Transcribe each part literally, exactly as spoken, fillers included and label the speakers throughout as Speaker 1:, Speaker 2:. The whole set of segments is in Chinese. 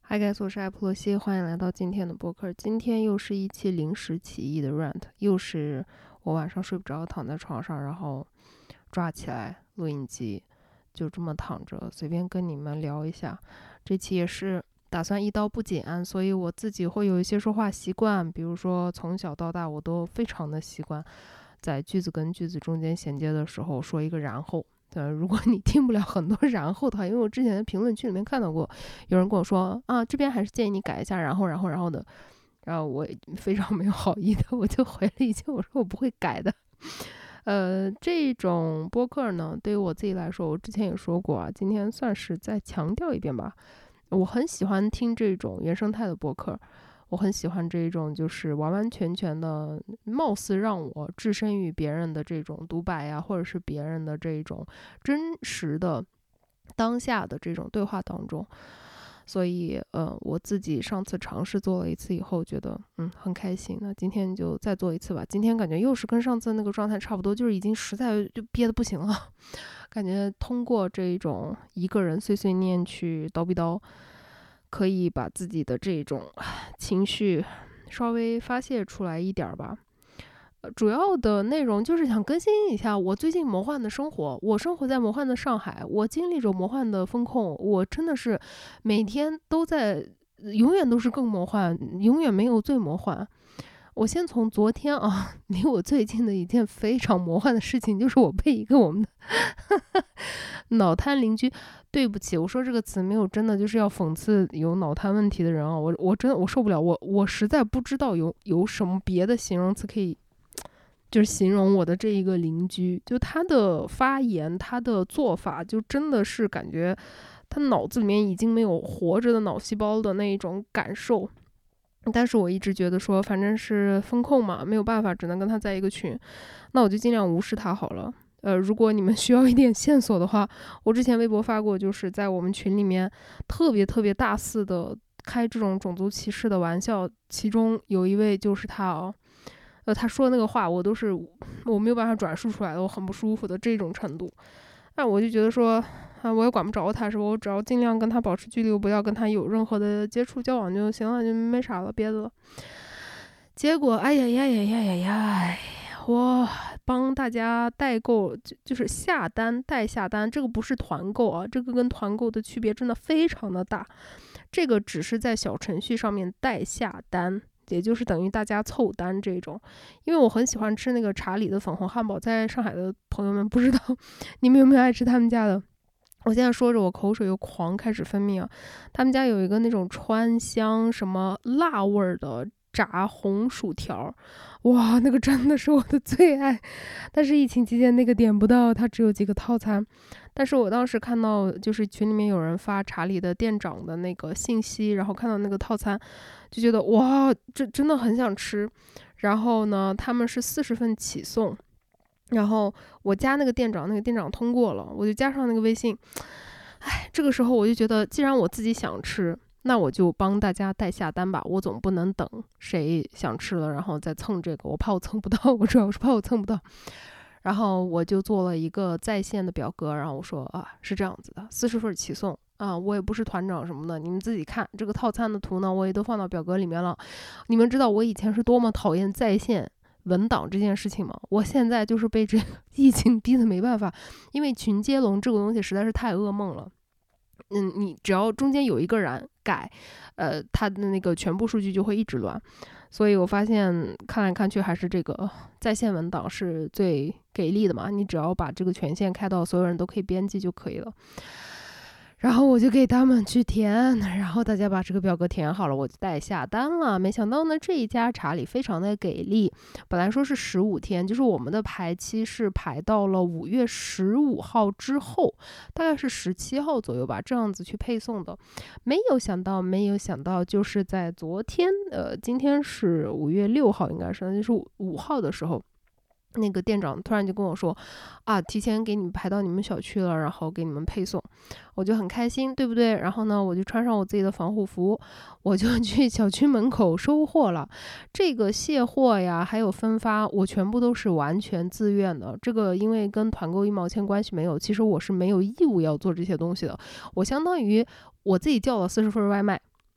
Speaker 1: 嗨，guys，我是艾普洛西，欢迎来到今天的播客。今天又是一期临时起意的 rant， 又是我晚上睡不着，躺在床上，然后抓起来录音机，就这么躺着，随便跟你们聊一下。这期也是打算一刀不剪，所以我自己会有一些说话习惯，比如说从小到大我都非常的习惯，在句子跟句子中间衔接的时候说一个然后。对，如果你听不了很多然后的话，因为我之前在评论区里面看到过有人跟我说啊，这边还是建议你改一下然后然后然后的，然后我非常没有好意的我就回了一句，我说我不会改的。呃，这种播客呢，对于我自己来说，我之前也说过啊，今天算是再强调一遍吧。我很喜欢听这种原生态的播客，我很喜欢这种就是完完全全的貌似让我置身于别人的这种独白呀，或者是别人的这种真实的当下的这种对话当中。所以呃，我自己上次尝试做了一次以后，觉得嗯很开心。那今天就再做一次吧。今天感觉又是跟上次那个状态差不多，就是已经实在就憋得不行了。感觉通过这种一个人碎碎念去叨逼叨，可以把自己的这种情绪稍微发泄出来一点吧。主要的内容就是想更新一下我最近魔幻的生活。我生活在魔幻的上海，我经历着魔幻的风控，我真的是每天都在，永远都是更魔幻，永远没有最魔幻。我先从昨天啊，离我最近的一件非常魔幻的事情，就是我被一个我们的脑瘫邻居，对不起，我说这个词没有真的就是要讽刺有脑瘫问题的人啊，我我真的我受不了，我我实在不知道有有什么别的形容词可以。就是形容我的这一个邻居，就他的发言，他的做法，就真的是感觉他脑子里面已经没有活着的脑细胞的那一种感受。但是我一直觉得说，反正是风控嘛，没有办法，只能跟他在一个群，那我就尽量无视他好了。呃，如果你们需要一点线索的话，我之前微博发过，就是在我们群里面特别特别大肆的开这种种族歧视的玩笑，其中有一位就是他哦。呃，他说的那个话，我都是我没有办法转述出来的，我很不舒服的这种程度。那我就觉得说，啊，我也管不着他，是吧？我只要尽量跟他保持距离，我不要跟他有任何的接触交往就行了，就没啥了，别的了。结果，哎呀呀呀呀呀呀！我帮大家代购，就就是下单代下单，这个不是团购啊，这个跟团购的区别真的非常的大。这个只是在小程序上面代下单。也就是等于大家凑单这种。因为我很喜欢吃那个查理的粉红汉堡，在上海的朋友们不知道你们有没有爱吃他们家的。我现在说着我口水又狂开始分泌啊。他们家有一个那种川香什么辣味儿的炸红薯条，哇，那个真的是我的最爱。但是疫情期间那个点不到，它只有几个套餐。但是我当时看到就是群里面有人发查理的店长的那个信息，然后看到那个套餐，就觉得哇，这真的很想吃。然后呢，他们是四十份起送，然后我加那个店长，那个店长通过了，我就加上那个微信。哎，这个时候我就觉得，既然我自己想吃，那我就帮大家代下单吧，我总不能等谁想吃了然后再蹭这个，我怕我蹭不到，我主要是怕我蹭不到。然后我就做了一个在线的表格，然后我说啊，是这样子的，四十份起送啊，我也不是团长什么的，你们自己看这个套餐的图呢，我也都放到表格里面了。你们知道我以前是多么讨厌在线文档这件事情吗？我现在就是被这个疫情逼得没办法，因为群接龙这个东西实在是太噩梦了。嗯，你只要中间有一个人改，呃，他的那个全部数据就会一直乱。所以我发现看来看去还是这个在线文档是最给力的嘛，你只要把这个权限开到所有人都可以编辑就可以了。然后我就给他们去填，然后大家把这个表格填好了，我就代下单了。没想到呢，这一家查理非常的给力，本来说是十五天，就是我们的排期是排到了五月十五号之后，大概是十七号左右吧，这样子去配送的。没有想到，没有想到，就是在昨天，呃，今天是五月六号，应该是，就是五号的时候。那个店长突然就跟我说啊，提前给你们排到你们小区了，然后给你们配送。我就很开心，对不对？然后呢，我就穿上我自己的防护服，我就去小区门口收货了。这个卸货呀，还有分发，我全部都是完全自愿的。这个因为跟团购一毛钱关系没有，其实我是没有义务要做这些东西的。我相当于我自己叫了四十份外卖，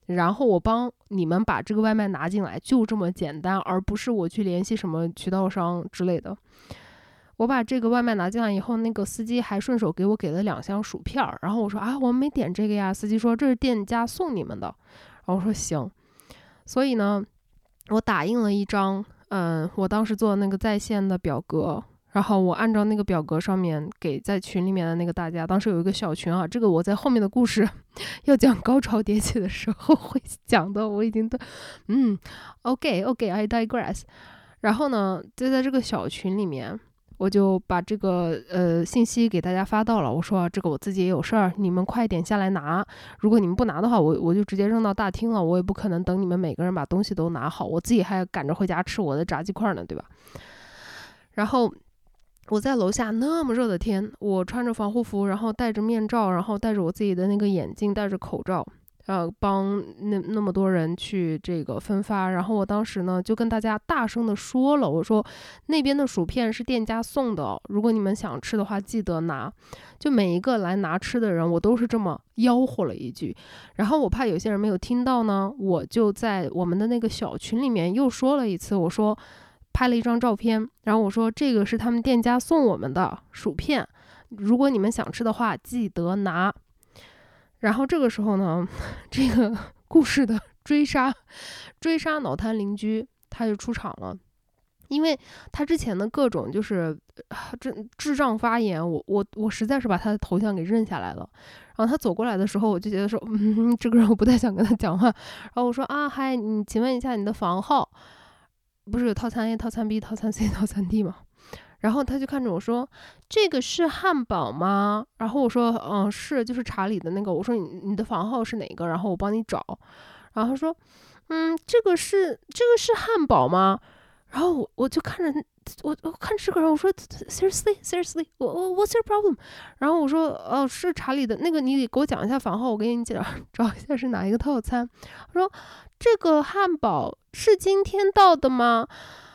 Speaker 1: 然后我帮你们把这个外卖拿进来，就这么简单，而不是我去联系什么渠道商之类的。我把这个外卖拿进来以后，那个司机还顺手给我给了两箱薯片儿，然后我说啊，我没点这个呀。司机说这是店家送你们的，然后我说行。所以呢，我打印了一张，嗯，我当时做的那个在线的表格，然后我按照那个表格上面给在群里面的那个大家，当时有一个小群啊，这个我在后面的故事要讲高潮迭起的时候会讲的，我已经都，嗯 ，OK OK，I digress。然后呢，就在这个小群里面。我就把这个呃信息给大家发到了，我说这个我自己也有事儿，你们快点下来拿。如果你们不拿的话，我我就直接扔到大厅了，我也不可能等你们每个人把东西都拿好，我自己还赶着回家吃我的炸鸡块呢，对吧？然后我在楼下那么热的天，我穿着防护服，然后戴着面罩，然后戴着我自己的那个眼镜，戴着口罩。呃，帮那那么多人去这个分发，然后我当时呢就跟大家大声的说了，我说那边的薯片是店家送的，如果你们想吃的话，记得拿。就每一个来拿吃的人，我都是这么吆喝了一句。然后我怕有些人没有听到呢，我就在我们的那个小群里面又说了一次，我说拍了一张照片，然后我说这个是他们店家送我们的薯片，如果你们想吃的话，记得拿。然后这个时候呢，这个故事的追杀追杀脑瘫邻居他就出场了，因为他之前的各种就是这智障发言，我我我实在是把他的头像给认下来了。然后他走过来的时候，我就觉得说，嗯，这个人我不太想跟他讲话。然后我说啊，嗨，你请问一下你的房号？不是有套餐 A、套餐 B、套餐 C、套餐 D 吗？然后他就看着我说：“这个是汉堡吗？”然后我说：“嗯，是，就是查理的那个。”我说：“你你的房号是哪个？”然后我帮你找。然后他说：“嗯，这个是这个是汉堡吗？”然后我我就看着我我看这个人，我说 ：“Seriously, seriously, 我我 What's your problem？” 然后我说：“哦，是查理的那个，你得给我讲一下房号，我给你找找一下是哪一个套餐。”我说：“这个汉堡是今天到的吗？”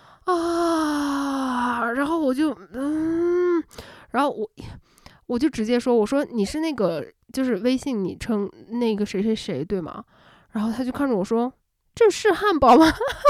Speaker 1: 啊，然后我就嗯，然后我我就直接说，我说你是那个就是微信昵称那个谁谁谁对吗？然后他就看着我说，这是汉堡吗？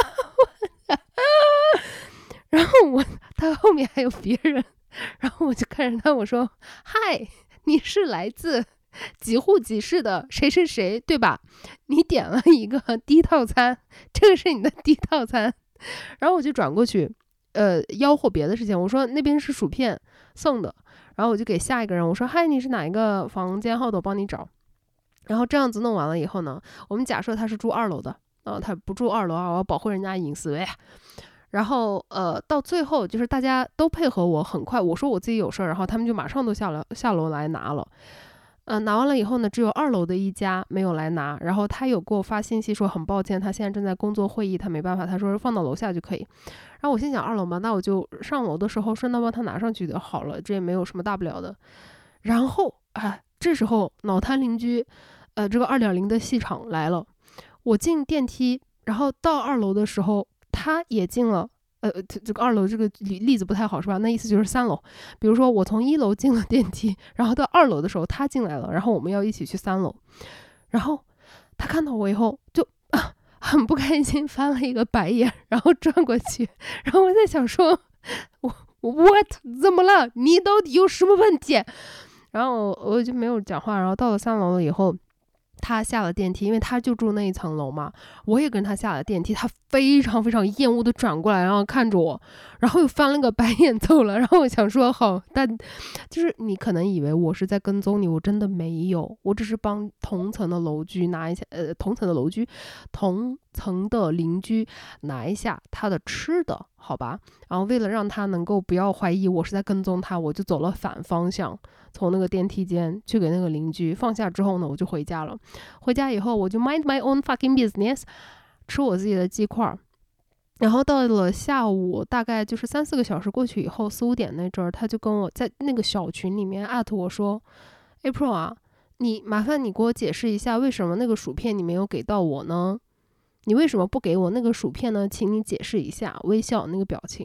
Speaker 1: 然后我他后面还有别人，然后我就看着他我说，嗨，你是来自几户几室的谁谁谁对吧？你点了一个低套餐，这个是你的低套餐。然后我就转过去，呃，吆喝别的事情。我说那边是薯片送的，然后我就给下一个人我说：“嗨，你是哪一个房间号的？我帮你找。”然后这样子弄完了以后呢，我们假设他是住二楼的，呃，他不住二楼啊，我要保护人家隐私哎。然后呃，到最后就是大家都配合我，很快我说我自己有事儿，然后他们就马上都下了下楼来拿了。呃，拿完了以后呢，只有二楼的一家没有来拿，然后他有给我发信息说很抱歉，他现在正在工作会议，他没办法，他说放到楼下就可以。然后我心想二楼嘛，那我就上楼的时候顺道帮他拿上去就好了，这也没有什么大不了的。然后哎，这时候脑瘫邻居，呃，这个二点零的戏场来了。我进电梯，然后到二楼的时候，他也进了。呃，这个二楼这个例子不太好是吧？那意思就是三楼。比如说我从一楼进了电梯，然后到二楼的时候他进来了，然后我们要一起去三楼。然后他看到我以后就、啊、很不开心，翻了一个白眼，然后转过去。然后我在想说，我我 what 怎么了？你到底有什么问题？然后我就没有讲话。然后到了三楼了以后。他下了电梯，因为他就住那一层楼嘛，我也跟他下了电梯。他非常非常厌恶的转过来，然后看着我，然后又翻了个白眼走了。然后我想说好，但就是你可能以为我是在跟踪你，我真的没有，我只是帮同层的楼居拿一下，呃，同层的楼居，同层的邻居拿一下他的吃的，好吧？然后为了让他能够不要怀疑我是在跟踪他，我就走了反方向。从那个电梯间去给那个邻居放下之后呢，我就回家了。回家以后我就 mind my own fucking business， 吃我自己的鸡块。然后到了下午大概就是三四个小时过去以后，四五点那阵儿，他就跟我在那个小群里面艾特我说 April 啊，你麻烦你给我解释一下为什么那个薯片你没有给到我呢？你为什么不给我那个薯片呢？请你解释一下。微笑那个表情。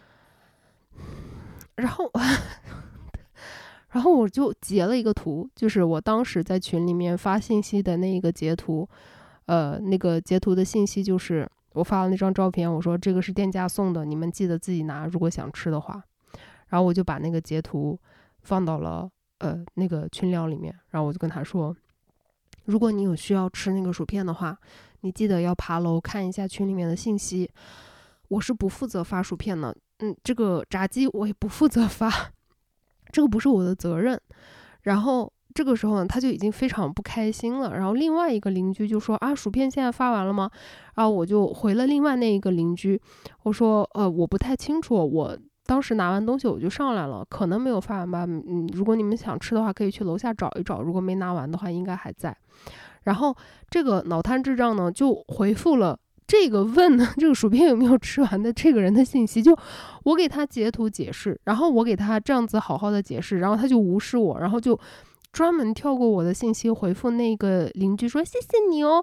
Speaker 1: 然后然后我就截了一个图，就是我当时在群里面发信息的那一个截图。 呃，那个截图的信息就是我发了那张照片，我说这个是店家送的，你们记得自己拿，如果想吃的话。然后我就把那个截图放到了呃那个群聊里面，然后我就跟他说，如果你有需要吃那个薯片的话，你记得要爬楼看一下群里面的信息，我是不负责发薯片的，嗯，这个炸鸡我也不负责发，这个不是我的责任。然后这个时候呢，他就已经非常不开心了。然后另外一个邻居就说啊，薯片现在发完了吗？然后我就回了另外那一个邻居，我说呃，我不太清楚，我当时拿完东西我就上来了，可能没有发完吧。嗯，如果你们想吃的话，可以去楼下找一找，如果没拿完的话，应该还在。然后这个脑瘫智障呢，就回复了这个问呢这个薯片有没有吃完的这个人的信息，就我给他截图解释，然后我给他这样子好好的解释，然后他就无视我，然后就专门跳过我的信息回复那个邻居说谢谢你哦，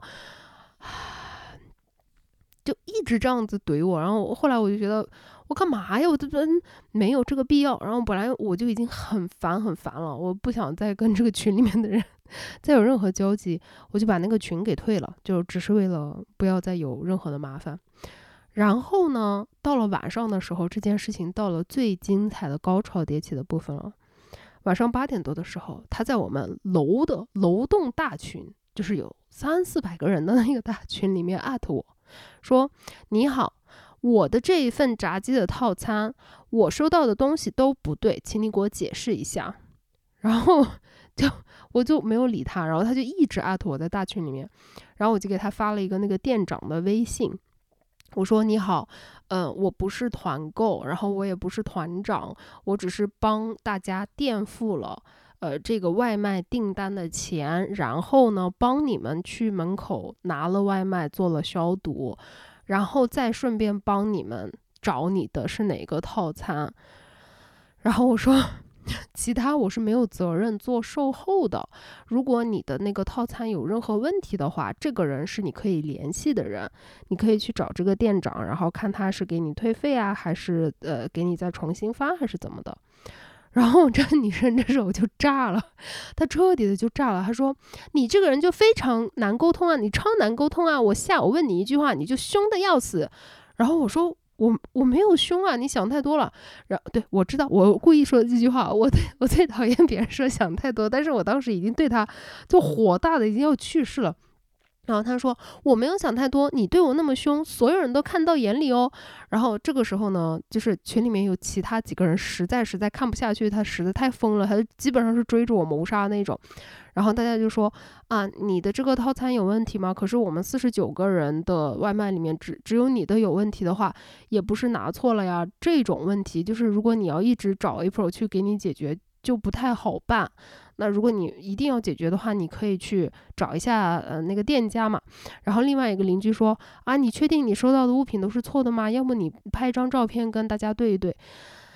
Speaker 1: 就一直这样子怼我。然后后来我就觉得我干嘛呀，我这没有这个必要。然后本来我就已经很烦很烦了，我不想再跟这个群里面的人再有任何交集，我就把那个群给退了，就只是为了不要再有任何的麻烦。然后呢，到了晚上的时候，这件事情到了最精彩的高潮迭起的部分了。晚上八点多的时候，他在我们楼的楼栋大群，就是有三四百个人的那个大群里面艾特我说，你好，我的这一份炸鸡的套餐，我收到的东西都不对，请你给我解释一下。然后就我就没有理他，然后他就一直艾特我在大群里面，然后我就给他发了一个那个店长的微信，我说你好，嗯、呃，我不是团购，然后我也不是团长，我只是帮大家垫付了呃这个外卖订单的钱，然后呢帮你们去门口拿了外卖做了消毒，然后再顺便帮你们找你的是哪个套餐。然后我说其他我是没有责任做售后的，如果你的那个套餐有任何问题的话，这个人是你可以联系的人，你可以去找这个店长，然后看他是给你退费啊，还是呃给你再重新发，还是怎么的。然后这个女生这时候就炸了，她彻底的就炸了，她说你这个人就非常难沟通啊，你超难沟通啊，我下午问你一句话你就凶的要死。然后我说我我没有凶啊，你想太多了。然后对，我知道我故意说的这句话，我我最讨厌别人说想太多，但是我当时已经对他就火大的已经要去世了。然后他说我没有想太多，你对我那么凶，所有人都看到眼里哦。然后这个时候呢，就是群里面有其他几个人实在实在看不下去，他实在太疯了，他就基本上是追着我谋杀那种。然后大家就说啊，你的这个套餐有问题吗？可是我们四十九个人的外卖里面只只有你的有问题的话，也不是拿错了呀。这种问题就是如果你要一直找 April 去给你解决，就不太好办。那如果你一定要解决的话，你可以去找一下呃那个店家嘛。然后另外一个邻居说啊，你确定你收到的物品都是错的吗？要不你拍一张照片跟大家对一对。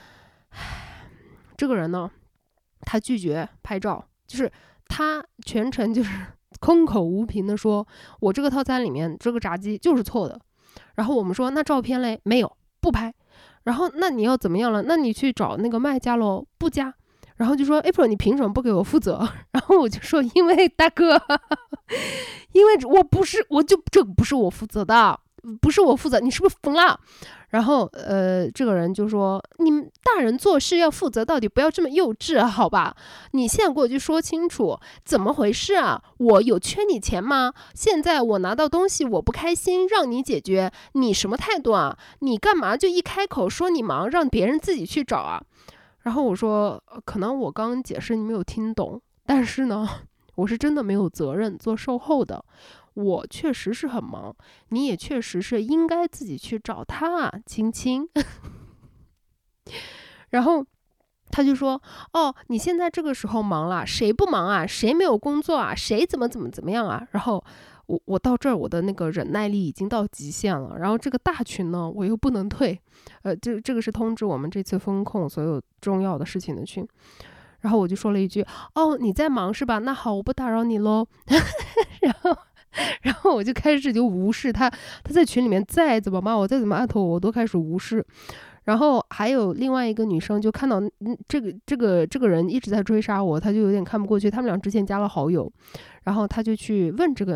Speaker 1: 这个人呢，他拒绝拍照，就是他全程就是空口无凭的说，我这个套餐里面这个炸鸡就是错的。然后我们说那照片嘞，没有，不拍。然后那你要怎么样了？那你去找那个卖家咯，不加。然后就说 April 你凭什么不给我负责？然后我就说因为大哥因为我不是我就这个不是我负责的，不是我负责，你是不是疯了？然后呃这个人就说你们大人做事要负责到底，不要这么幼稚啊，好吧，你现在给我去说清楚怎么回事啊，我有缺你钱吗？现在我拿到东西我不开心让你解决，你什么态度啊？你干嘛就一开口说你忙让别人自己去找啊？然后我说可能我刚刚解释你没有听懂，但是呢我是真的没有责任做售后的，我确实是很忙，你也确实是应该自己去找他啊，亲亲然后他就说哦，你现在这个时候忙了，谁不忙啊？谁没有工作啊？谁怎么怎么怎么样啊？然后我我到这儿我的那个忍耐力已经到极限了，然后这个大群呢我又不能退，呃，这这个是通知我们这次风控所有重要的事情的群。然后我就说了一句哦，你在忙是吧？那好，我不打扰你咯然后然后我就开始就无视他，他在群里面再怎么骂我，再怎么艾特我，我都开始无视。然后还有另外一个女生就看到嗯这个这个这个人一直在追杀我，她就有点看不过去，他们俩之前加了好友，然后她就去问这个这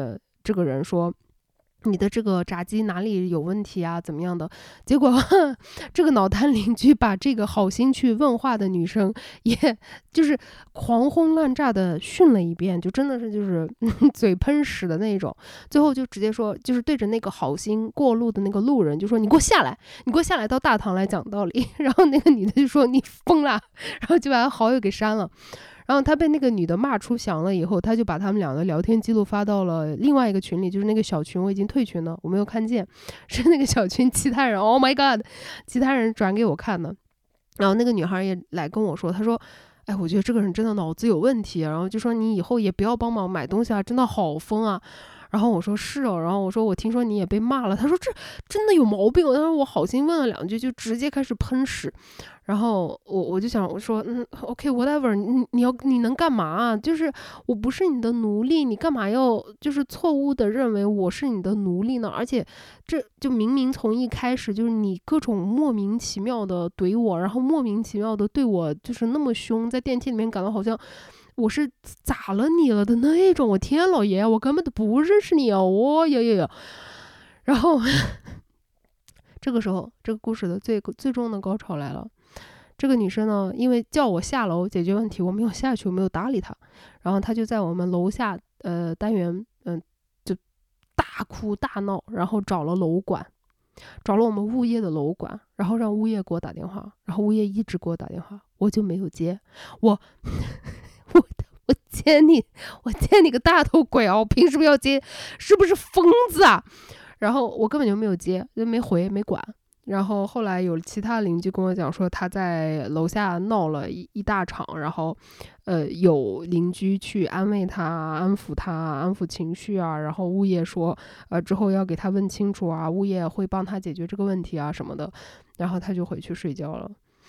Speaker 1: 这个人说你的这个炸鸡哪里有问题啊怎么样的，结果这个脑瘫邻居把这个好心去问话的女生也就是狂轰乱炸的训了一遍，就真的是就是嘴喷屎的那种，最后就直接说就是对着那个好心过路的那个路人就说你给我下来，你给我下来到大堂来讲道理，然后那个女的就说你疯了，然后就把他好友给删了。然后他被那个女的骂出翔了以后，他就把他们俩的聊天记录发到了另外一个群里，就是那个小群我已经退群了，我没有看见，是那个小群其他人 Oh my god 其他人转给我看的。然后那个女孩也来跟我说，她说哎，我觉得这个人真的脑子有问题，然后就说你以后也不要帮忙买东西啊，真的好疯啊。然后我说是哦，然后我说我听说你也被骂了，他说这真的有毛病，当时我好心问了两句就直接开始喷屎。然后我我就想我说嗯 OK whatever 你你要你能干嘛啊，就是我不是你的奴隶，你干嘛要就是错误的认为我是你的奴隶呢？而且这就明明从一开始就是你各种莫名其妙的怼我，然后莫名其妙的对我就是那么凶，在电梯里面感到好像我是咋了你了的那种，我天老爷我根本都不认识你啊，我呀呀呀。然后这个时候这个故事的最最终的高潮来了，这个女生呢因为叫我下楼解决问题，我没有下去，我没有搭理她，然后她就在我们楼下呃单元嗯、呃、就大哭大闹，然后找了楼管，找了我们物业的楼管，然后让物业给我打电话，然后物业一直给我打电话，我就没有接，我我我接你我接你个大头鬼啊，我凭什么要接，是不是疯子啊？然后我根本就没有接，就没回没管。然后后来有其他邻居跟我讲说他在楼下闹了一一大场，然后呃有邻居去安慰他安抚他安抚情绪啊，然后物业说呃之后要给他问清楚啊，物业会帮他解决这个问题啊什么的，然后他就回去睡觉了。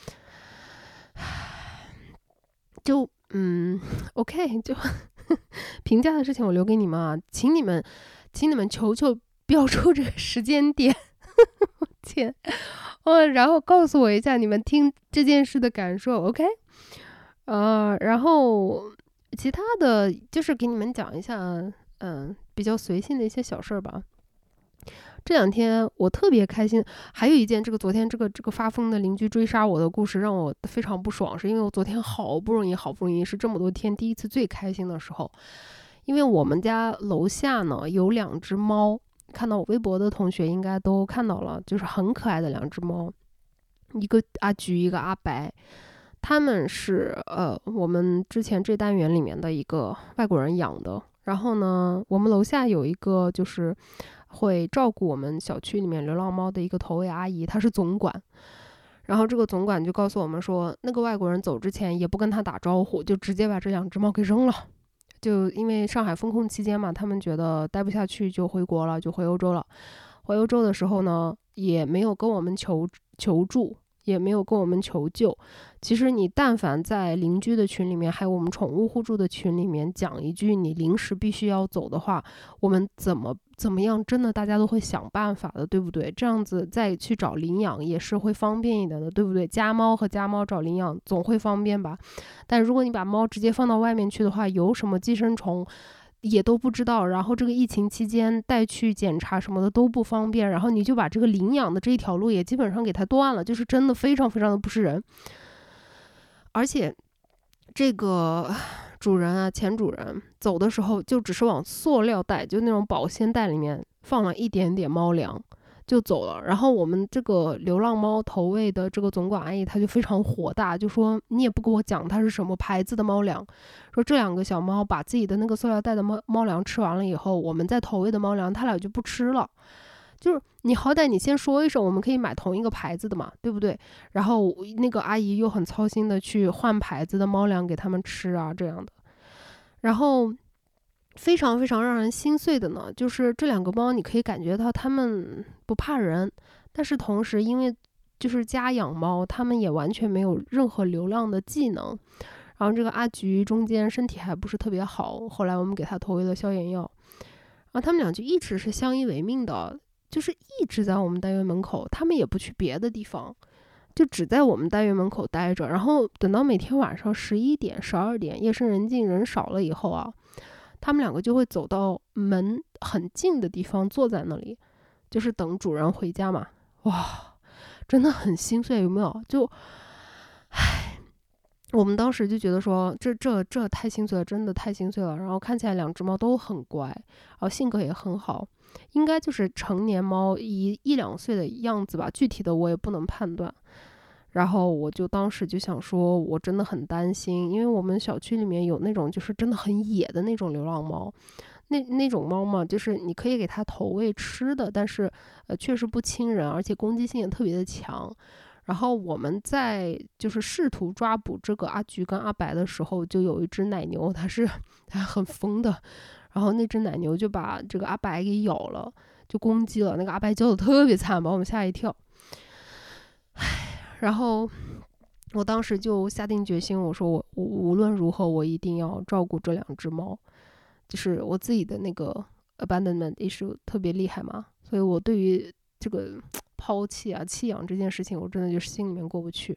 Speaker 1: 就嗯 OK 就评价的事情我留给你们啊，请你们请你们求求标出这个时间点天哦，然后告诉我一下你们听这件事的感受 OK 呃，然后其他的就是给你们讲一下嗯、呃、比较随性的一些小事吧。这两天我特别开心，还有一件这个昨天这个这个发疯的邻居追杀我的故事让我非常不爽，是因为我昨天好不容易好不容易是这么多天第一次最开心的时候，因为我们家楼下呢有两只猫，看到我微博的同学应该都看到了，就是很可爱的两只猫，一个阿橘一个阿白，他们是呃我们之前这单元里面的一个外国人养的。然后呢我们楼下有一个就是会照顾我们小区里面流浪猫的一个投喂阿姨，她是总管。然后这个总管就告诉我们说，那个外国人走之前也不跟他打招呼，就直接把这两只猫给扔了。就因为上海封控期间嘛，他们觉得待不下去就回国了，就回欧洲了。回欧洲的时候呢，也没有跟我们求求助，也没有跟我们求救。其实你但凡在邻居的群里面，还有我们宠物互助的群里面讲一句你临时必须要走的话，我们怎么怎么样，真的大家都会想办法的，对不对？这样子再去找领养也是会方便一点的，对不对？家猫和家猫找领养总会方便吧。但如果你把猫直接放到外面去的话，有什么寄生虫也都不知道，然后这个疫情期间带去检查什么的都不方便，然后你就把这个领养的这一条路也基本上给它断了，就是真的非常非常的不是人。而且这个主人啊，前主人走的时候就只是往塑料袋，就那种保鲜袋里面放了一点点猫粮就走了。然后我们这个流浪猫投喂的这个总管阿姨她就非常火大，就说你也不给我讲它是什么牌子的猫粮，说这两个小猫把自己的那个塑料袋的猫猫粮吃完了以后，我们在投喂的猫粮它俩就不吃了。就是你好歹你先说一声，我们可以买同一个牌子的嘛，对不对？然后那个阿姨又很操心的去换牌子的猫粮给他们吃啊，这样的。然后非常非常让人心碎的呢，就是这两个猫你可以感觉到它们不怕人，但是同时因为就是家养猫，它们也完全没有任何流浪的技能。然后这个阿橘中间身体还不是特别好，后来我们给它投喂了消炎药，然后他们俩就一直是相依为命的，就是一直在我们单元门口，他们也不去别的地方，就只在我们单元门口待着。然后等到每天晚上十一点十二点夜深人静人少了以后啊， 他们两个就会走到门很近的地方坐在那里，就是等主人回家嘛。哇，真的很心碎，有没有？就，唉，我们当时就觉得说，这这这太心碎了，真的太心碎了。然后看起来两只猫都很乖，然后性格也很好，应该就是成年猫一一两岁的样子吧，具体的我也不能判断。然后我就当时就想说，我真的很担心，因为我们小区里面有那种就是真的很野的那种流浪猫，那那种猫嘛，就是你可以给它投喂吃的，但是呃确实不亲人，而且攻击性也特别的强。然后我们在就是试图抓捕这个阿菊跟阿白的时候，就有一只奶牛，它是它很疯的，然后那只奶牛就把这个阿白给咬了，就攻击了。那个阿白叫的特别惨，把我们吓一跳。然后我当时就下定决心，我说我无论如何我一定要照顾这两只猫，就是我自己的那个 abandonment issue 特别厉害嘛，所以我对于这个抛弃啊弃养这件事情，我真的就是心里面过不去。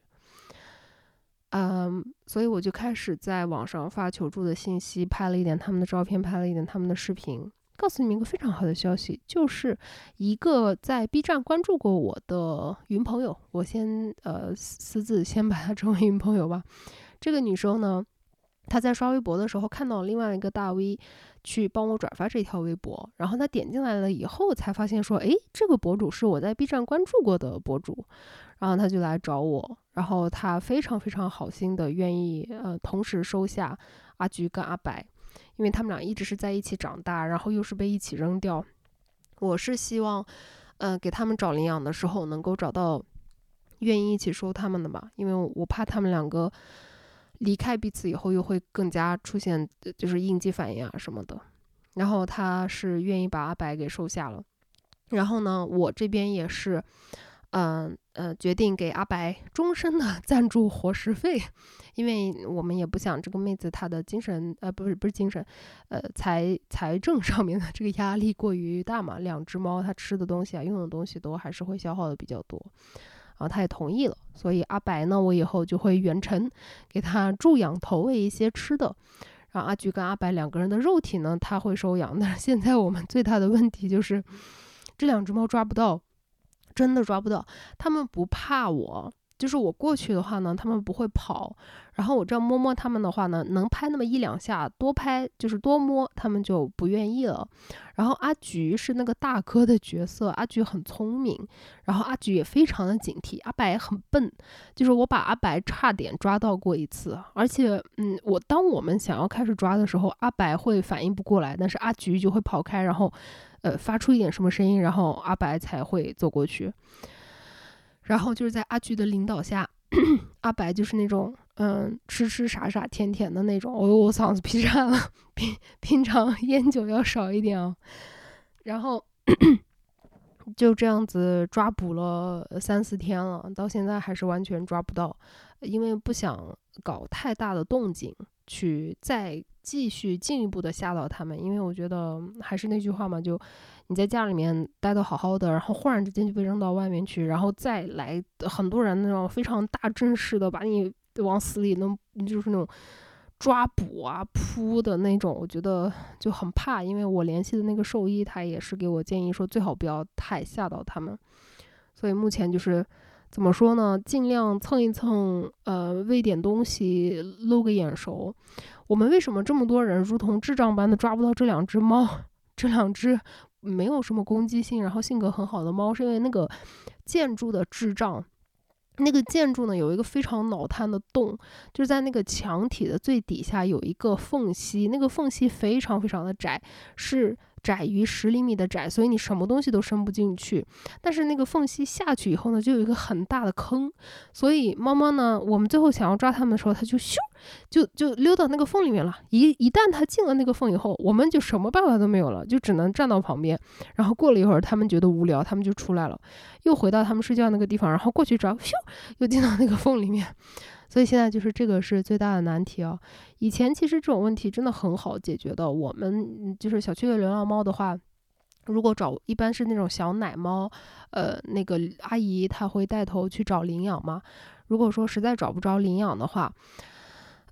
Speaker 1: 嗯，所以我就开始在网上发求助的信息，拍了一点他们的照片，拍了一点他们的视频。告诉你们一个非常好的消息，就是一个在 B 站关注过我的云朋友，我先呃私自先把她称为云朋友吧。这个女生呢，她在刷微博的时候看到另外一个大 V 去帮我转发这条微博，然后她点进来了以后才发现说，诶，这个博主是我在 B 站关注过的博主，然后她就来找我，然后她非常非常好心的愿意呃同时收下阿菊跟阿白。因为他们俩一直是在一起长大，然后又是被一起扔掉。我是希望，呃，给他们找领养的时候能够找到愿意一起收他们的吧，因为我怕他们两个离开彼此以后又会更加出现就是应激反应啊什么的。然后他是愿意把阿白给收下了，然后呢，我这边也是。嗯呃，决定给阿白终身的赞助伙食费，因为我们也不想这个妹子她的精神呃不是不是精神，呃财财政上面的这个压力过于大嘛，两只猫它吃的东西啊用的东西都还是会消耗的比较多，然后她也同意了，所以阿白呢我以后就会远程给他助养投喂一些吃的，然后阿菊跟阿白两个人的肉体呢他会收养，但是现在我们最大的问题就是这两只猫抓不到。真的抓不到，他们不怕我，就是我过去的话呢，他们不会跑，然后我这样摸摸他们的话呢，能拍那么一两下，多拍就是多摸，他们就不愿意了。然后阿菊是那个大哥的角色，阿菊很聪明，然后阿菊也非常的警惕，阿白很笨，就是我把阿白差点抓到过一次，而且嗯，我当我们想要开始抓的时候，阿白会反应不过来，但是阿菊就会跑开，然后呃发出一点什么声音，然后阿白才会走过去。然后就是在阿菊的领导下，阿白就是那种嗯吃吃傻傻甜甜的那种，哦，我嗓子劈颤了，平平常烟酒要少一点啊。然后就这样子抓捕了三四天了，到现在还是完全抓不到，因为不想搞太大的动静，去再继续进一步的吓到他们。因为我觉得还是那句话嘛，就你在家里面待得好好的，然后忽然之间就被扔到外面去，然后再来很多人那种非常大阵势的把你往死里弄，就是那种抓捕啊扑的那种，我觉得就很怕。因为我联系的那个兽医他也是给我建议说最好不要太吓到他们，所以目前就是怎么说呢，尽量蹭一蹭，呃喂点东西，露个眼熟。我们为什么这么多人如同智障般的抓不到这两只猫，这两只没有什么攻击性然后性格很好的猫，是因为那个建筑的智障。那个建筑呢有一个非常脑瘫的洞，就是在那个墙体的最底下有一个缝隙，那个缝隙非常非常的窄，是窄于十厘米的窄，所以你什么东西都伸不进去。但是那个缝隙下去以后呢，就有一个很大的坑，所以猫猫呢，我们最后想要抓它们的时候，它就咻就就溜到那个缝里面了。一一旦它进了那个缝以后，我们就什么办法都没有了，就只能站到旁边。然后过了一会儿，它们觉得无聊，它们就出来了，又回到它们睡觉那个地方，然后过去抓，咻又进到那个缝里面。所以现在就是这个是最大的难题啊！以前其实这种问题真的很好解决的。我们就是小区的流浪猫的话，如果找一般是那种小奶猫，呃，那个阿姨她会带头去找领养嘛。如果说实在找不着领养的话，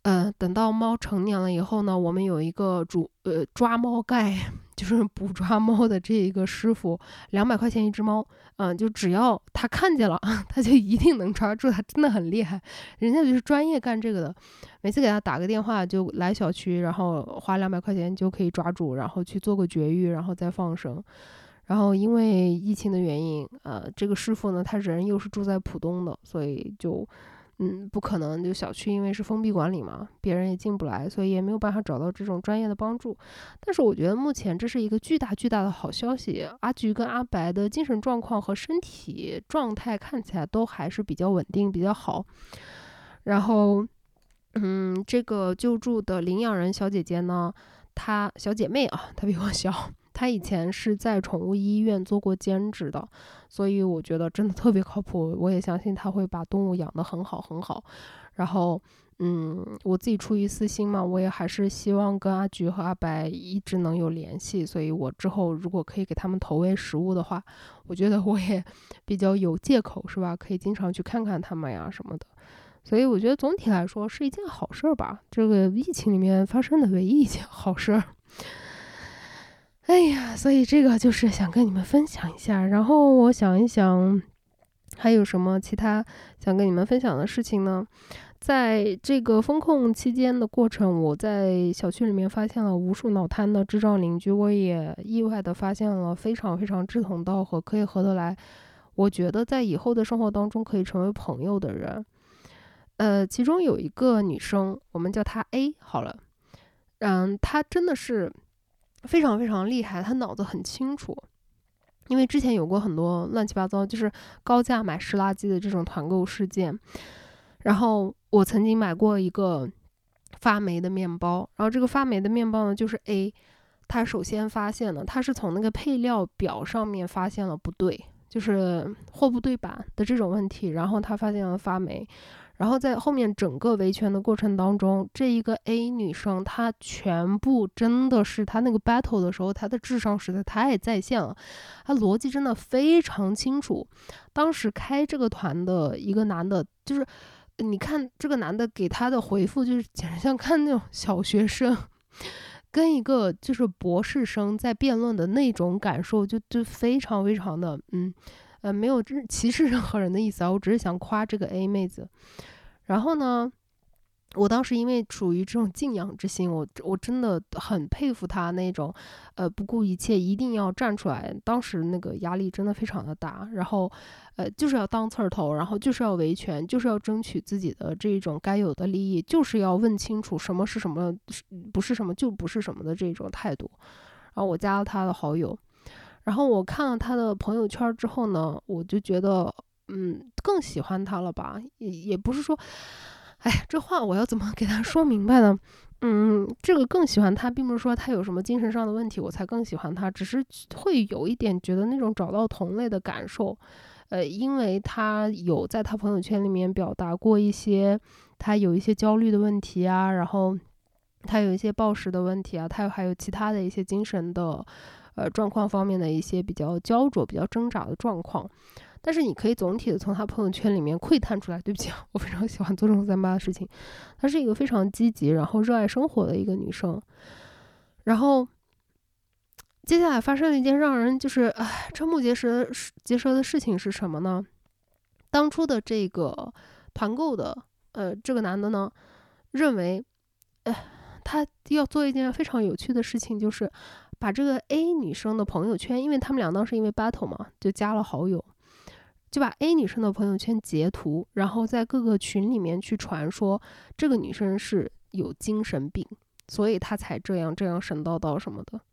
Speaker 1: 呃，等到猫成年了以后呢，我们有一个主呃抓猫盖，就是捕抓猫的这一个师傅，两百块钱一只猫，嗯、呃，就只要他看见了，他就一定能抓住，他真的很厉害，人家就是专业干这个的，每次给他打个电话就来小区，然后花两百块钱就可以抓住，然后去做个绝育，然后再放生。然后因为疫情的原因，呃，这个师傅呢，他人又是住在浦东的，所以就。嗯，不可能，就小区因为是封闭管理嘛，别人也进不来，所以也没有办法找到这种专业的帮助。但是我觉得目前这是一个巨大巨大的好消息，阿菊跟阿白的精神状况和身体状态看起来都还是比较稳定，比较好。然后，嗯，这个救助的领养人小姐姐呢，她小姐妹啊，她比我小。她以前是在宠物医院做过兼职的，所以我觉得真的特别靠谱。我也相信她会把动物养得很好很好。然后，嗯，我自己出于私心嘛，我也还是希望跟阿菊和阿白一直能有联系。所以我之后如果可以给他们投喂食物的话，我觉得我也比较有借口，是吧？可以经常去看看他们呀什么的。所以我觉得总体来说是一件好事儿吧。这个疫情里面发生的唯一一件好事儿。哎呀，所以这个就是想跟你们分享一下，然后我想一想还有什么其他想跟你们分享的事情呢？在这个风控期间的过程，我在小区里面发现了无数脑瘫的智障邻居，我也意外的发现了非常非常志同道合，可以合得来，我觉得在以后的生活当中可以成为朋友的人。呃，其中有一个女生，我们叫她 A 好了，嗯，她真的是非常非常厉害，她脑子很清楚。因为之前有过很多乱七八糟，就是高价买湿垃圾的这种团购事件。然后我曾经买过一个发霉的面包，然后这个发霉的面包呢，就是 A， 他首先发现了，他是从那个配料表上面发现了不对，就是货不对版的这种问题，然后他发现了发霉。然后在后面整个维权的过程当中，这一个 A 女生她全部真的是她那个 battle 的时候，她的智商实在太在线了，她逻辑真的非常清楚。当时开这个团的一个男的，就是你看这个男的给他的回复，就是简直像看那种小学生跟一个就是博士生在辩论的那种感受，就就非常非常的嗯。呃，没有歧视任何人的意思啊，我只是想夸这个 A 妹子。然后呢，我当时因为处于这种敬仰之心，我我真的很佩服她那种，呃，不顾一切一定要站出来。当时那个压力真的非常的大，然后，呃，就是要当刺儿头，然后就是要维权，就是要争取自己的这种该有的利益，就是要问清楚什么是什么，不是什么就不是什么的这种态度。然后我加了她的好友。然后我看了他的朋友圈之后呢，我就觉得，嗯，更喜欢他了吧？也也不是说，哎，这话我要怎么给他说明白呢？嗯，这个更喜欢他，并不是说他有什么精神上的问题我才更喜欢他，只是会有一点觉得那种找到同类的感受。呃，因为他有在他朋友圈里面表达过一些他有一些焦虑的问题啊，然后他有一些暴食的问题啊，他还有其他的一些精神的。呃，状况方面的一些比较焦灼、比较挣扎的状况，但是你可以总体的从他朋友圈里面窥探出来。对不起，我非常喜欢做这种三八的事情。她是一个非常积极，然后热爱生活的一个女生。然后接下来发生了一件让人就是唉瞠目结舌结舌的事情是什么呢？当初的这个团购的呃这个男的呢，认为，呃，他要做一件非常有趣的事情，就是把这个 A 女生的朋友圈，因为他们俩当时因为 battle 嘛，就加了好友，就把 A 女生的朋友圈截图，然后在各个群里面去传说这个女生是有精神病，所以她才这样这样神叨叨什么的。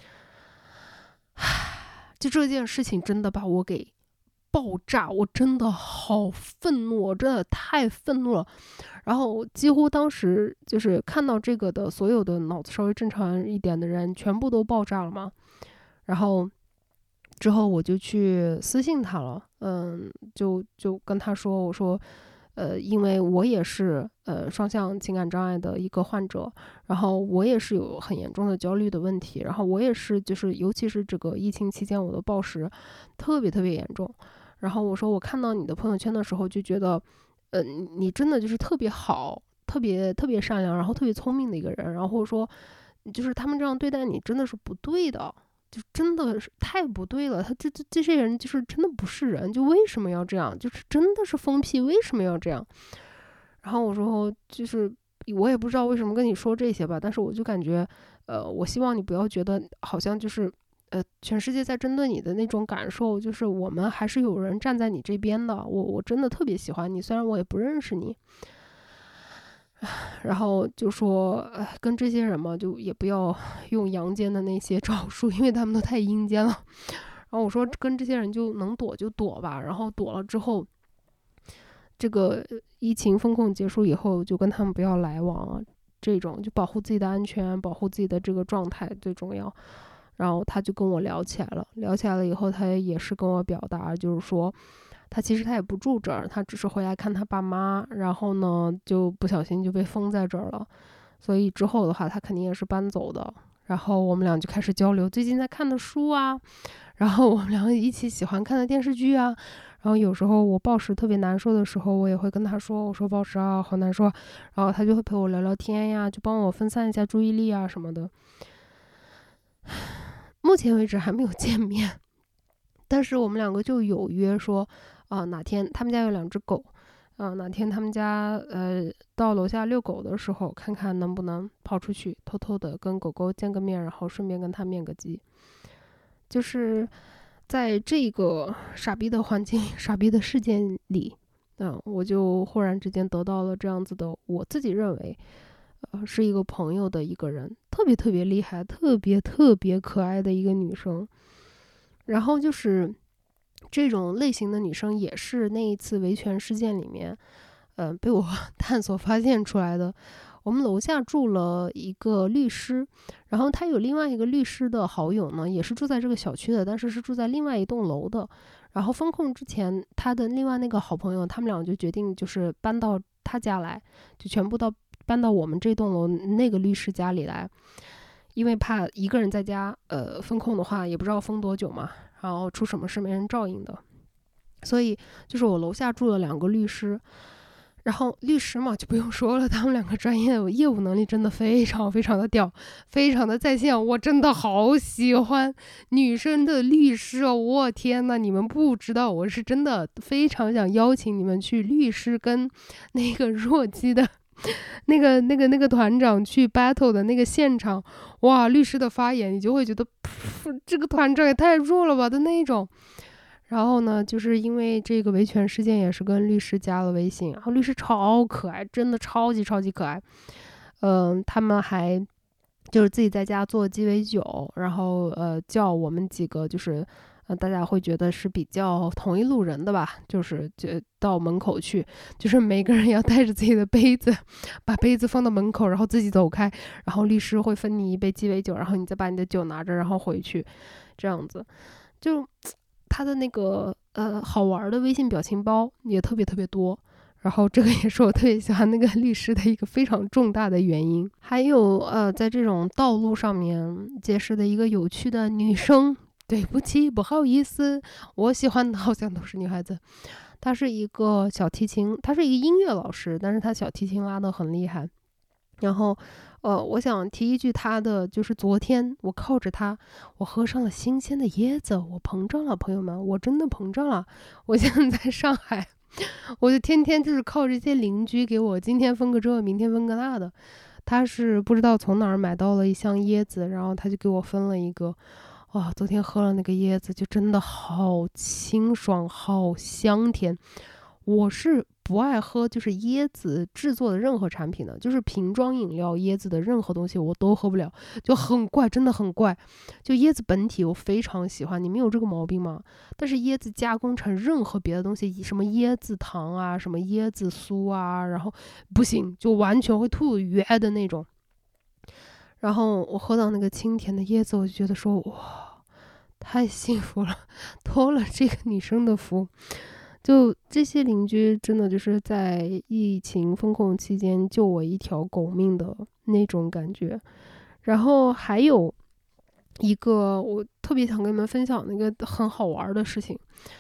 Speaker 1: 就这件事情真的把我给爆炸，我真的好愤怒，我真的太愤怒了。然后几乎当时就是看到这个的所有的脑子稍微正常一点的人全部都爆炸了嘛。然后之后我就去私信他了，嗯，就就跟他说，我说，呃，因为我也是呃双向情感障碍的一个患者，然后我也是有很严重的焦虑的问题，然后我也是就是尤其是这个疫情期间我的暴食特别特别严重。然后我说我看到你的朋友圈的时候就觉得，呃，你真的就是特别好， 特别特别善良，然后特别聪明的一个人，然后或者说就是他们这样对待你真的是不对的，就真的是太不对了。他这这这些人就是真的不是人，就为什么要这样？就是真的是疯批，为什么要这样？然后我说就是我也不知道为什么跟你说这些吧，但是我就感觉，呃，我希望你不要觉得好像就是呃全世界在针对你的那种感受，就是我们还是有人站在你这边的。我我真的特别喜欢你，虽然我也不认识你。然后就说，呃，跟这些人嘛，就也不要用阳间的那些招数，因为他们都太阴间了。然后我说，跟这些人就能躲就躲吧。然后躲了之后，这个疫情风控结束以后，就跟他们不要来往啊，这种就保护自己的安全，保护自己的这个状态最重要。然后他就跟我聊起来了，聊起来了以后，他也是跟我表达，就是说。他其实他也不住这儿，他只是回来看他爸妈，然后呢就不小心就被封在这儿了，所以之后的话他肯定也是搬走的。然后我们俩就开始交流最近在看的书啊，然后我们两个一起喜欢看的电视剧啊，然后有时候我暴食特别难受的时候，我也会跟他说，我说暴食啊好难受，然后他就会陪我聊聊天呀，就帮我分散一下注意力啊什么的。目前为止还没有见面，但是我们两个就有约说啊、呃，哪天他们家有两只狗，啊、呃，哪天他们家呃到楼下遛狗的时候，看看能不能跑出去，偷偷的跟狗狗见个面，然后顺便跟他面个基。就是在这个傻逼的环境、傻逼的事件里，嗯、呃，我就忽然之间得到了这样子的，我自己认为，呃，是一个朋友的一个人，特别特别厉害、特别特别可爱的一个女生。然后就是这种类型的女生，也是那一次维权事件里面，嗯、呃，被我探索发现出来的。我们楼下住了一个律师，然后他有另外一个律师的好友呢，也是住在这个小区的，但是是住在另外一栋楼的。然后封控之前，他的另外那个好朋友，他们俩就决定就是搬到他家来，就全部到搬到我们这栋楼那个律师家里来。因为怕一个人在家，呃，封控的话也不知道封多久嘛，然后出什么事没人照应的，所以就是我楼下住了两个律师，然后律师嘛就不用说了，他们两个专业业务能力真的非常非常的屌，非常的在线，我真的好喜欢女生的律师哦，我天呐，你们不知道，我是真的非常想邀请你们去律师跟那个弱鸡的。那个、那个、那个团长去 battle 的那个现场，哇！律师的发言，你就会觉得，这个团长也太弱了吧的那种。然后呢，就是因为这个维权事件，也是跟律师加了微信，然后律师超可爱，真的超级超级可爱。嗯、呃，他们还就是自己在家做鸡尾酒，然后呃叫我们几个就是。呃，大家会觉得是比较同一路人的吧，就是就到门口去，就是每个人要带着自己的杯子，把杯子放到门口，然后自己走开，然后律师会分你一杯鸡尾酒，然后你再把你的酒拿着，然后回去，这样子。就他的那个呃好玩的微信表情包也特别特别多。然后这个也是我特别喜欢那个律师的一个非常重大的原因。还有呃，在这种道路上面结识的一个有趣的女生。对不起，不好意思，我喜欢的好像都是女孩子。她是一个小提琴，她是一个音乐老师，但是她小提琴拉得很厉害。然后，呃，我想提一句她的，就是昨天我靠着她，我喝上了新鲜的椰子，我膨胀了，朋友们，我真的膨胀了。我现在在上海，我就天天就是靠这些邻居给我今天分个这，明天分个那的。他是不知道从哪儿买到了一箱椰子，然后他就给我分了一个。哇，昨天喝了那个椰子，就真的好清爽，好香甜。我是不爱喝就是椰子制作的任何产品的，就是瓶装饮料、椰子的任何东西我都喝不了，就很怪，真的很怪。就椰子本体我非常喜欢，你们有这个毛病吗？但是椰子加工成任何别的东西，什么椰子糖啊，什么椰子酥啊，然后不行，就完全会吐约的那种。然后我喝到那个清甜的椰子，我就觉得说哇，太幸福了，托了这个女生的福。就这些邻居真的就是在疫情封控期间救我一条狗命的那种感觉。然后还有一个我特别想跟你们分享的一个很好玩的事情，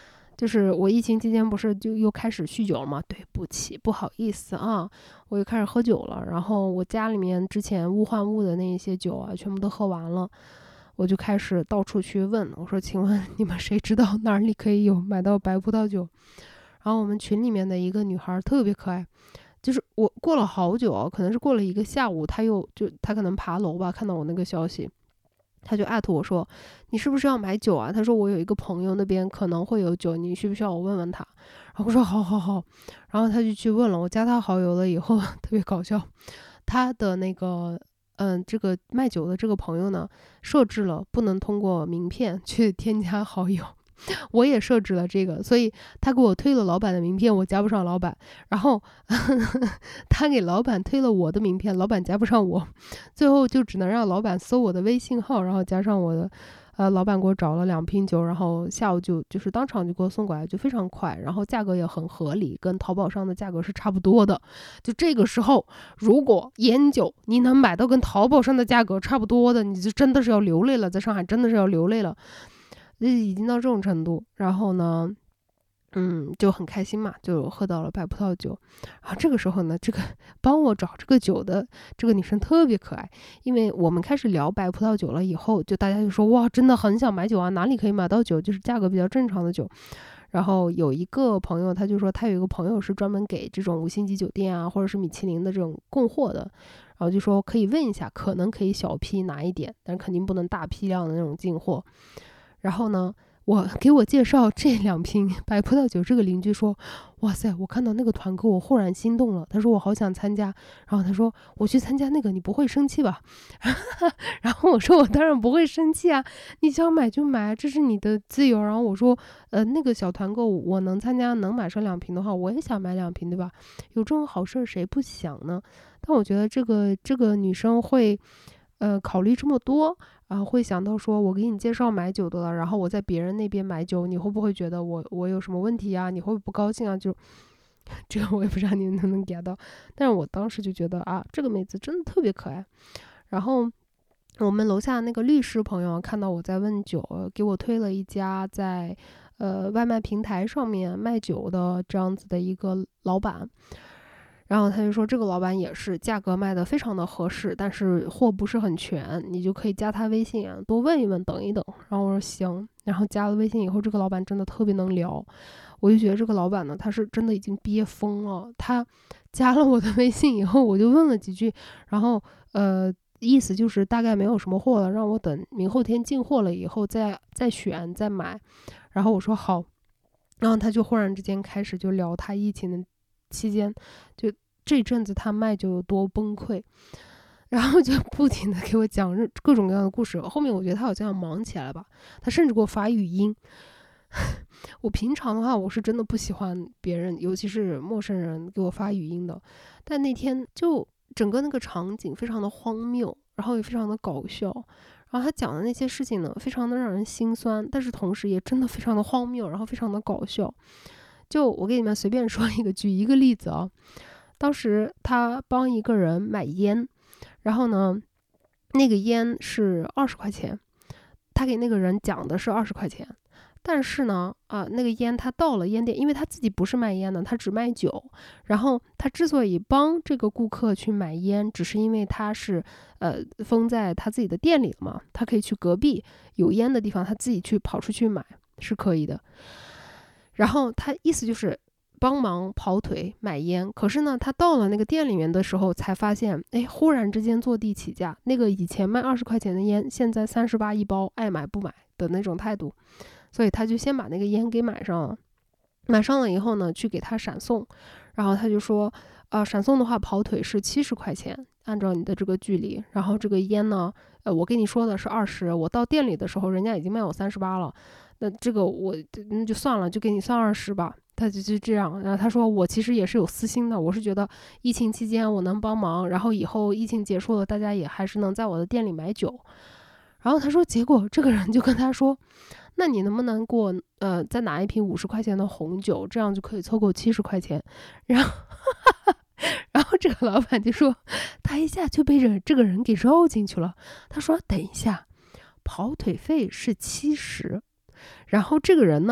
Speaker 1: 就是我疫情期间不是就又开始酗酒了吗？对不起，不好意思啊，我又开始喝酒了。然后我家里面之前物换物的那一些酒啊，全部都喝完了，我就开始到处去问，我说请问你们谁知道哪里可以有买到白葡萄酒？然后我们群里面的一个女孩特别可爱，就是我过了好久，可能是过了一个下午，她又就她可能爬楼吧，看到我那个消息，她就艾特我说你是不是要买酒啊？她说我有一个朋友那边可能会有酒，你需不需要我问问他？然后我说好好好，然后她就去问了，我加她好友了以后特别搞笑，她的那个嗯这个卖酒的这个朋友呢，设置了不能通过名片去添加好友。我也设置了这个，所以他给我推了老板的名片，我加不上老板，然后呵呵他给老板推了我的名片，老板加不上我，最后就只能让老板搜我的微信号，然后加上我的呃，老板给我找了两瓶酒，然后下午就就是当场就给我送过来，就非常快，然后价格也很合理，跟淘宝上的价格是差不多的。就这个时候，如果烟酒你能买到跟淘宝上的价格差不多的，你就真的是要流泪了，在上海真的是要流泪了。已经到这种程度，然后呢，嗯，就很开心嘛，就喝到了白葡萄酒。然后这个时候呢，这个帮我找这个酒的这个女生特别可爱，因为我们开始聊白葡萄酒了以后，就大家就说哇，真的很想买酒啊，哪里可以买到酒，就是价格比较正常的酒。然后有一个朋友，他就说他有一个朋友是专门给这种五星级酒店啊，或者是米其林的这种供货的，然后就说可以问一下，可能可以小批拿一点，但肯定不能大批量的那种进货。然后呢，我给我介绍这两瓶白葡萄酒，这个邻居说哇塞，我看到那个团购我忽然心动了，他说我好想参加，然后他说我去参加那个你不会生气吧？然后我说我当然不会生气啊，你想买就买，这是你的自由。然后我说呃那个小团购我能参加，能买上两瓶的话我也想买两瓶，对吧？有这种好事谁不想呢？但我觉得这个这个女生会呃考虑这么多，然后会想到说我给你介绍买酒的了，然后我在别人那边买酒，你会不会觉得我我有什么问题啊？你会不会不高兴啊？就这个我也不知道你能不能 get 到，但是我当时就觉得啊，这个妹子真的特别可爱。然后我们楼下那个律师朋友看到我在问酒，给我推了一家在呃外卖平台上面卖酒的这样子的一个老板。然后他就说这个老板也是价格卖的非常的合适，但是货不是很全，你就可以加他微信啊，多问一问，等一等。然后我说行，然后加了微信以后，这个老板真的特别能聊，我就觉得这个老板呢，他是真的已经憋疯了。他加了我的微信以后，我就问了几句，然后呃，意思就是大概没有什么货了，让我等明后天进货了以后再再选再买。然后我说好，然后他就忽然之间开始就聊他疫情的期间，就这阵子他卖酒有多崩溃，然后就不停的给我讲各种各样的故事。后面我觉得他好像忙起来了吧，他甚至给我发语音。我平常的话我是真的不喜欢别人，尤其是陌生人给我发语音的，但那天就整个那个场景非常的荒谬，然后也非常的搞笑，然后他讲的那些事情呢非常的让人心酸，但是同时也真的非常的荒谬，然后非常的搞笑。就我给你们随便说一个举一个例子啊，当时他帮一个人买烟，然后呢那个烟是二十块钱，他给那个人讲的是二十块钱，但是呢啊那个烟他到了烟店，因为他自己不是卖烟的，他只卖酒，然后他之所以帮这个顾客去买烟，只是因为他是呃封在他自己的店里了嘛，他可以去隔壁有烟的地方他自己去跑出去买是可以的。然后他意思就是帮忙跑腿买烟，可是呢他到了那个店里面的时候才发现，哎，忽然之间坐地起价，那个以前卖二十块钱的烟现在三十八一包，爱买不买的那种态度，所以他就先把那个烟给买上了。买上了以后呢去给他闪送，然后他就说呃，闪送的话跑腿是七十块钱，按照你的这个距离，然后这个烟呢呃，我跟你说的是二十，我到店里的时候人家已经卖我三十八了，那这个我那就算了，就给你算二十吧。他就就这样，然后他说我其实也是有私心的，我是觉得疫情期间我能帮忙，然后以后疫情结束了大家也还是能在我的店里买酒。然后他说结果这个人就跟他说，那你能不能给我呃再拿一瓶五十块钱的红酒，这样就可以凑够七十块钱。然后然后这个老板就说他一下就被这这个人给绕进去了，他说等一下，跑腿费是七十，然后这个人呢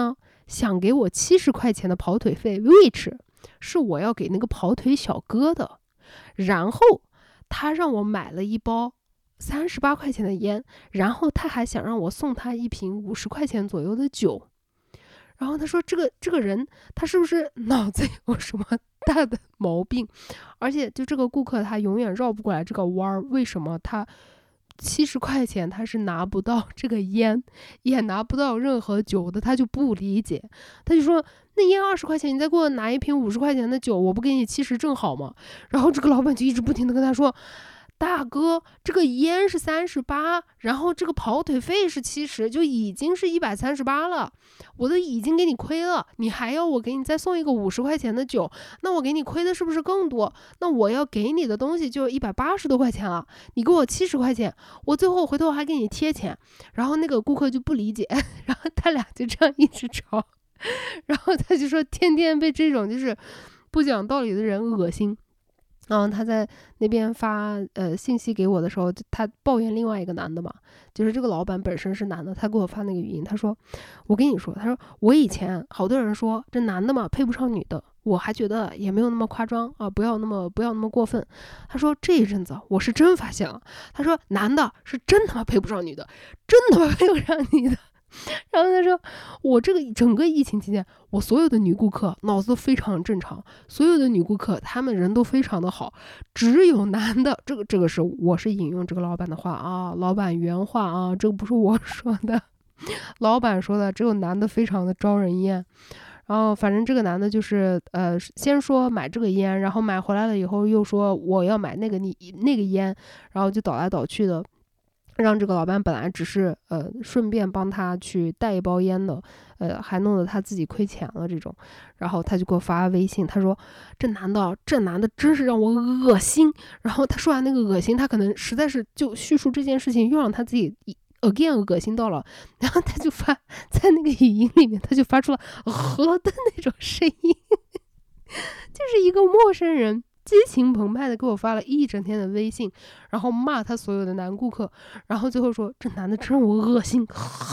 Speaker 1: 想给我七十块钱的跑腿费 which 是我要给那个跑腿小哥的，然后他让我买了一包三十八块钱的烟，然后他还想让我送他一瓶五十块钱左右的酒。然后他说这个这个人他是不是脑子有什么大的毛病？而且就这个顾客他永远绕不过来这个弯儿，为什么他七十块钱他是拿不到这个烟，也拿不到任何酒的？他就不理解，他就说那烟二十块钱，你再给我拿一瓶五十块钱的酒，我不给你七十正好吗？然后这个老板就一直不停的跟他说，大哥，这个烟是三十八，然后这个跑腿费是七十，就已经是一百三十八了，我都已经给你亏了，你还要我给你再送一个五十块钱的酒，那我给你亏的是不是更多？那我要给你的东西就一百八十多块钱了，你给我七十块钱，我最后回头还给你贴钱。然后那个顾客就不理解，然后他俩就这样一直吵，然后他就说天天被这种就是不讲道理的人恶心。然后他在那边发呃信息给我的时候，他抱怨另外一个男的嘛，就是这个老板本身是男的，他给我发那个语音，他说我跟你说，他说我以前好多人说这男的嘛配不上女的，我还觉得也没有那么夸张啊，不要那么不要那么过分。他说这一阵子我是真发现了，他说男的是真他妈配不上女的，真他妈配不上女的。然后他说我这个整个疫情期间，我所有的女顾客脑子都非常正常，所有的女顾客她们人都非常的好，只有男的，这个这个是我是引用这个老板的话啊，老板原话啊，这个不是我说的，老板说的，只有男的非常的招人厌。然后反正这个男的就是呃，先说买这个烟，然后买回来了以后又说我要买那个你那个烟，然后就倒来倒去的，让这个老板本来只是呃顺便帮他去带一包烟的，呃还弄得他自己亏钱了这种。然后他就给我发微信，他说这男的这男的真是让我恶心。然后他说完那个恶心，他可能实在是就叙述这件事情又让他自己 again 恶心到了，然后他就发在那个语音里面，他就发出了呵的那种声音，就是一个陌生人激情澎湃的给我发了一整天的微信，然后骂他所有的男顾客，然后最后说这男的真让我恶心。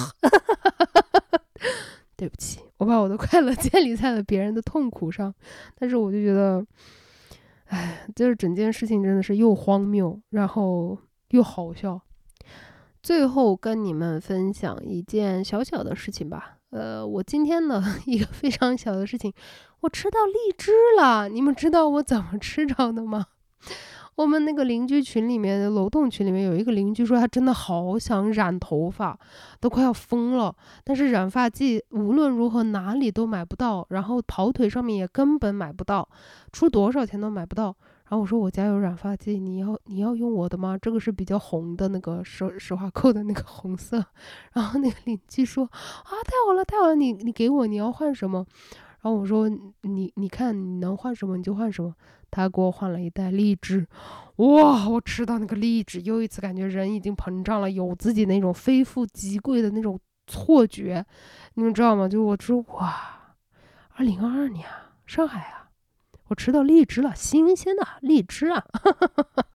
Speaker 1: 对不起，我把我的快乐建立在了别人的痛苦上，但是我就觉得哎，就是整件事情真的是又荒谬然后又好笑。最后跟你们分享一件小小的事情吧，呃，我今天的一个非常小的事情，我吃到荔枝了，你们知道我怎么吃着的吗？我们那个邻居群里面的楼栋群里面有一个邻居说他真的好想染头发，都快要疯了，但是染发剂无论如何哪里都买不到，然后跑腿上面也根本买不到，出多少钱都买不到。然后我说我家有染发剂，你要你要用我的吗？这个是比较红的那个石石化扣的那个红色。然后那个邻居说啊太好了太好了，你你给我，你要换什么？然后我说你你看你能换什么你就换什么。他给我换了一袋荔枝，哇！我吃到那个荔枝，又一次感觉人已经膨胀了，有自己那种非富即贵的那种错觉，你们知道吗？就我说哇，二零二二年啊，上海啊，我吃到荔枝了，新鲜的荔枝啊！